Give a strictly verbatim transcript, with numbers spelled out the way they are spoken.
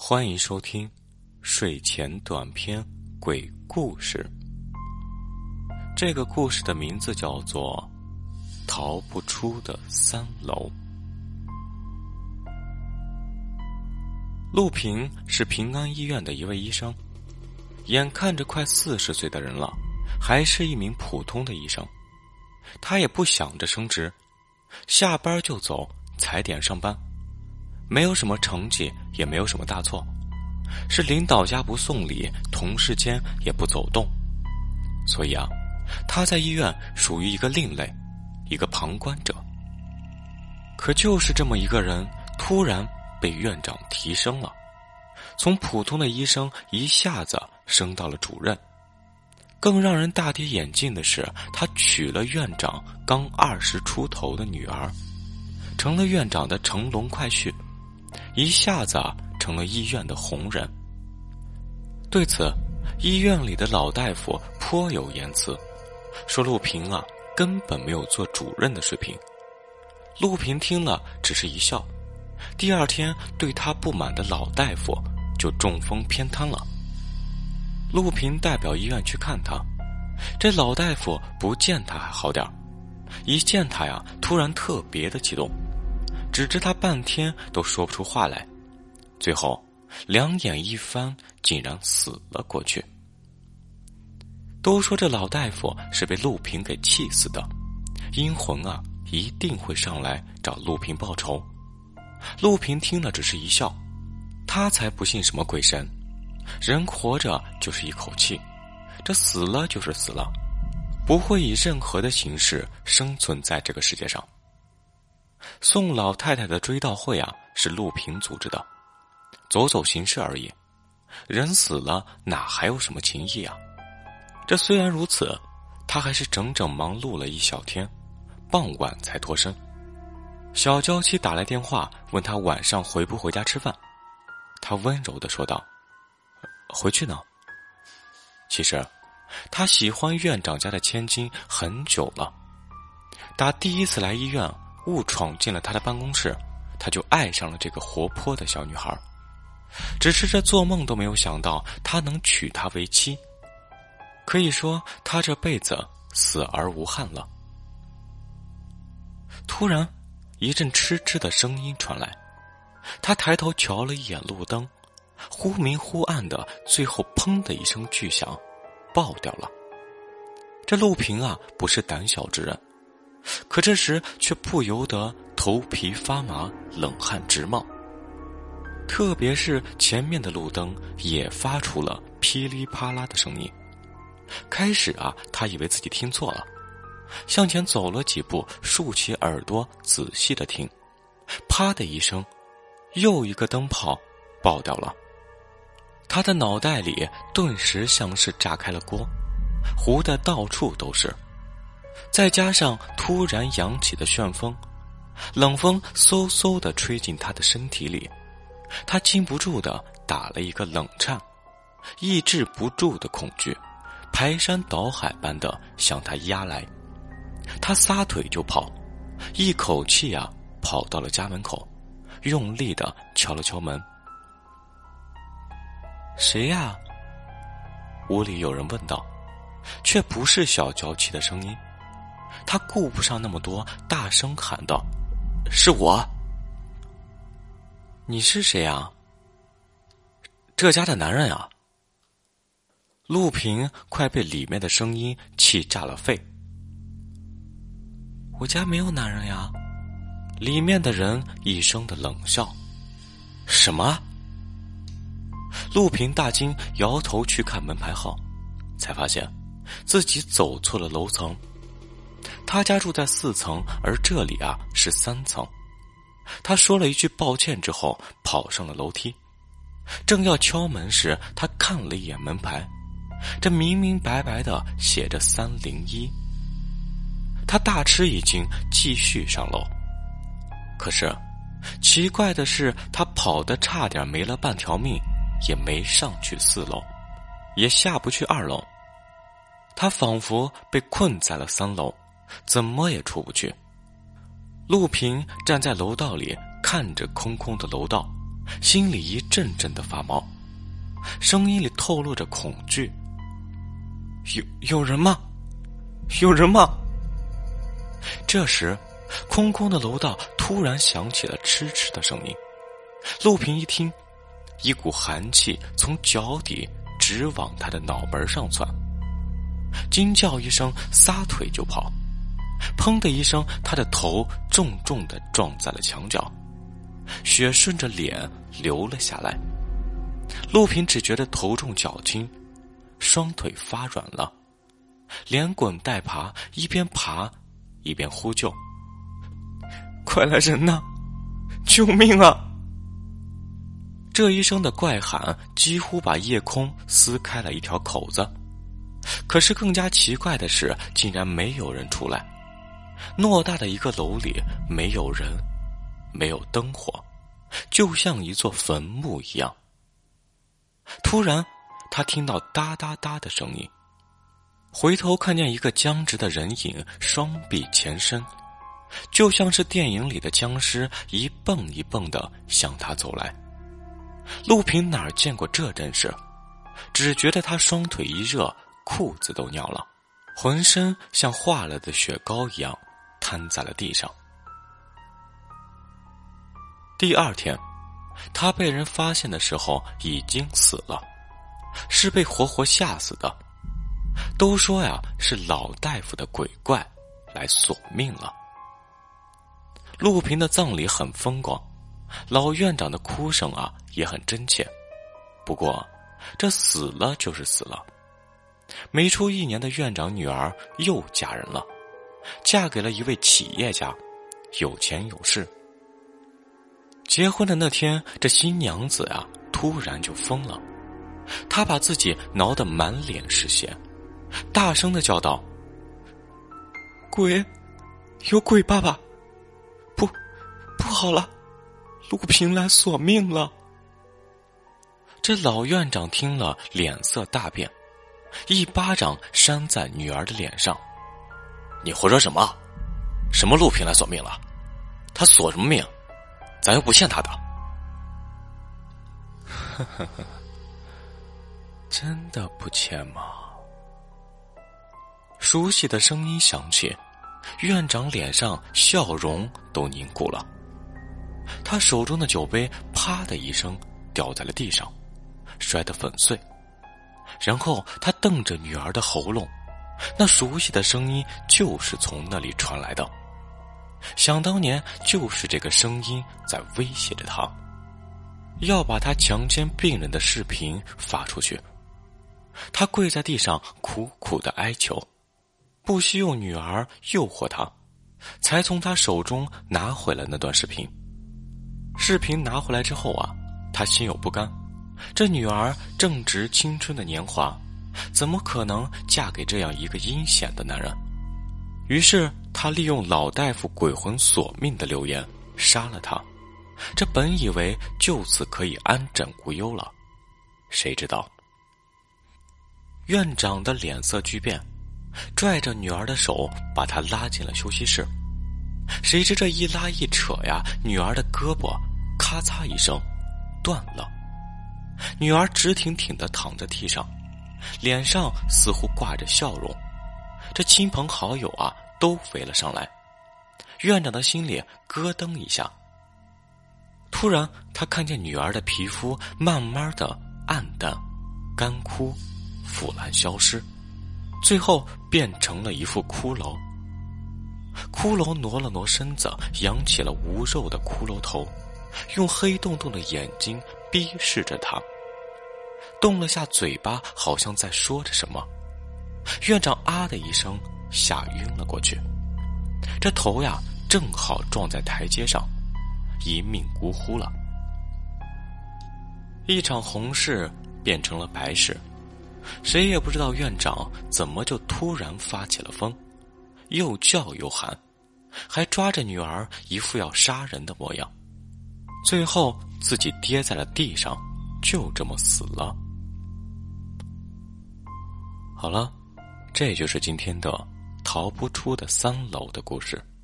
欢迎收听睡前短篇鬼故事。这个故事的名字叫做《逃不出的三楼》。陆平是平安医院的一位医生，眼看着快四十岁的人了，还是一名普通的医生。他也不想着升职，下班就走，踩点上班，没有什么成绩，也没有什么大错，是领导家不送礼，同事间也不走动。所以啊，他在医院属于一个另类，一个旁观者。可就是这么一个人，突然被院长提升了，从普通的医生一下子升到了主任。更让人大跌眼镜的是，他娶了院长刚二十出头的女儿，成了院长的乘龙快婿，一下子啊成了医院的红人。对此，医院里的老大夫颇有言辞，说陆平啊根本没有做主任的水平。陆平听了只是一笑，第二天对他不满的老大夫就中风偏瘫了。陆平代表医院去看他，这老大夫不见他还好点，一见他呀突然特别的激动，指着他半天都说不出话来，最后两眼一翻，竟然死了过去。都说这老大夫是被陆平给气死的，阴魂啊一定会上来找陆平报仇。陆平听了只是一笑，他才不信什么鬼神，人活着就是一口气，这死了就是死了，不会以任何的形式生存在这个世界上。送老太太的追悼会啊，是陆平组织的，走走形式而已，人死了哪还有什么情谊啊？这虽然如此，他还是整整忙碌了一小天，傍晚才脱身。小娇妻打来电话问他晚上回不回家吃饭，他温柔地说道：回去呢。其实他喜欢院长家的千金很久了，打第一次来医院误闯进了他的办公室，他就爱上了这个活泼的小女孩，只是这做梦都没有想到他能娶她为妻。可以说他这辈子死而无憾了。突然一阵嗤嗤的声音传来，他抬头瞧了一眼路灯，忽明忽暗的，最后砰的一声巨响，爆掉了。这陆平啊不是胆小之人，可这时却不由得头皮发麻，冷汗直冒。特别是前面的路灯也发出了噼里啪啦的声音。开始啊他以为自己听错了，向前走了几步，竖起耳朵仔细的听，啪的一声，又一个灯泡爆掉了。他的脑袋里顿时像是炸开了锅，糊得到处都是，再加上突然扬起的旋风，冷风嗖嗖地吹进他的身体里，他禁不住地打了一个冷颤，抑制不住的恐惧排山倒海般的向他压来。他撒腿就跑，一口气啊跑到了家门口，用力地敲了敲门。谁呀？屋里有人问道，却不是小娇妻的声音。他顾不上那么多，大声喊道：是我。你是谁啊？这家的男人啊。陆平快被里面的声音气炸了肺。我家没有男人呀。里面的人一声的冷笑。什么？陆平大惊，摇头去看门牌号，才发现自己走错了楼层。他家住在四层，而这里啊是三层。他说了一句抱歉之后跑上了楼梯，正要敲门时，他看了一眼门牌，这明明白白的写着三零一。他大吃一惊，继续上楼。可是奇怪的是，他跑得差点没了半条命，也没上去四楼，也下不去二楼。他仿佛被困在了三楼，怎么也出不去。陆平站在楼道里，看着空空的楼道， 心里一阵阵的发毛，声音里透露着恐惧。有有人吗？有人吗？这时，空空的楼道突然响起了嗤嗤的声音。陆平一听，一股寒气从脚底直往他的脑门上窜，惊叫一声，撒腿就跑。砰的一声，他的头重重地撞在了墙角，血顺着脸流了下来。陆平只觉得头重脚轻，双腿发软了，连滚带爬，一边爬一边呼救：快来人呐！救命啊！这一声的怪喊几乎把夜空撕开了一条口子。可是更加奇怪的是，竟然没有人出来。偌大的一个楼里没有人，没有灯火，就像一座坟墓一样。突然他听到哒哒哒的声音，回头看见一个僵直的人影，双臂前伸，就像是电影里的僵尸，一蹦一蹦地向他走来。陆平哪儿见过这阵势，只觉得他双腿一热，裤子都尿了，浑身像化了的雪糕一样瘫在了地上。第二天，他被人发现的时候已经死了，是被活活吓死的。都说呀，是老大夫的鬼怪来索命了。陆平的葬礼很风光，老院长的哭声啊也很真切。不过这死了就是死了。没出一年的院长女儿又嫁人了，嫁给了一位企业家，有钱有势。结婚的那天，这新娘子啊突然就疯了，她把自己挠得满脸是血，大声地叫道：鬼，有鬼爸爸，不不好了，陆平来索命了。这老院长听了脸色大变，一巴掌扇在女儿的脸上：你胡说什么？什么陆平来索命了？他索什么命？咱又不欠他的。呵呵呵，真的不欠吗？熟悉的声音响起，院长脸上笑容都凝固了。他手中的酒杯啪的一声掉在了地上，摔得粉碎。然后他瞪着女儿的喉咙，那熟悉的声音就是从那里传来的。想当年，就是这个声音在威胁着他，要把他强奸病人的视频发出去。他跪在地上苦苦的哀求，不惜用女儿诱惑他，才从他手中拿回了那段视频。视频拿回来之后啊，他心有不甘，这女儿正值青春的年华，怎么可能嫁给这样一个阴险的男人？于是他利用老大夫鬼魂索命的留言杀了他。这本以为就此可以安枕无忧了，谁知道院长的脸色巨变，拽着女儿的手把她拉进了休息室。谁知这一拉一扯呀，女儿的胳膊咔嚓一声断了。女儿直挺挺地躺在地上，脸上似乎挂着笑容。这亲朋好友啊都围了上来，院长的心里咯噔一下。突然他看见女儿的皮肤慢慢的暗淡、干枯、腐烂消失，最后变成了一副骷髅。骷髅挪了挪身子，扬起了无肉的骷髅头，用黑洞洞的眼睛逼视着他，动了下嘴巴，好像在说着什么。院长啊的一声吓晕了过去，这头呀正好撞在台阶上，一命呜呼了。一场红事变成了白事，谁也不知道院长怎么就突然发起了疯，又叫又喊，还抓着女儿一副要杀人的模样，最后自己跌在了地上，就这么死了。好了，这就是今天的逃不出的三楼的故事。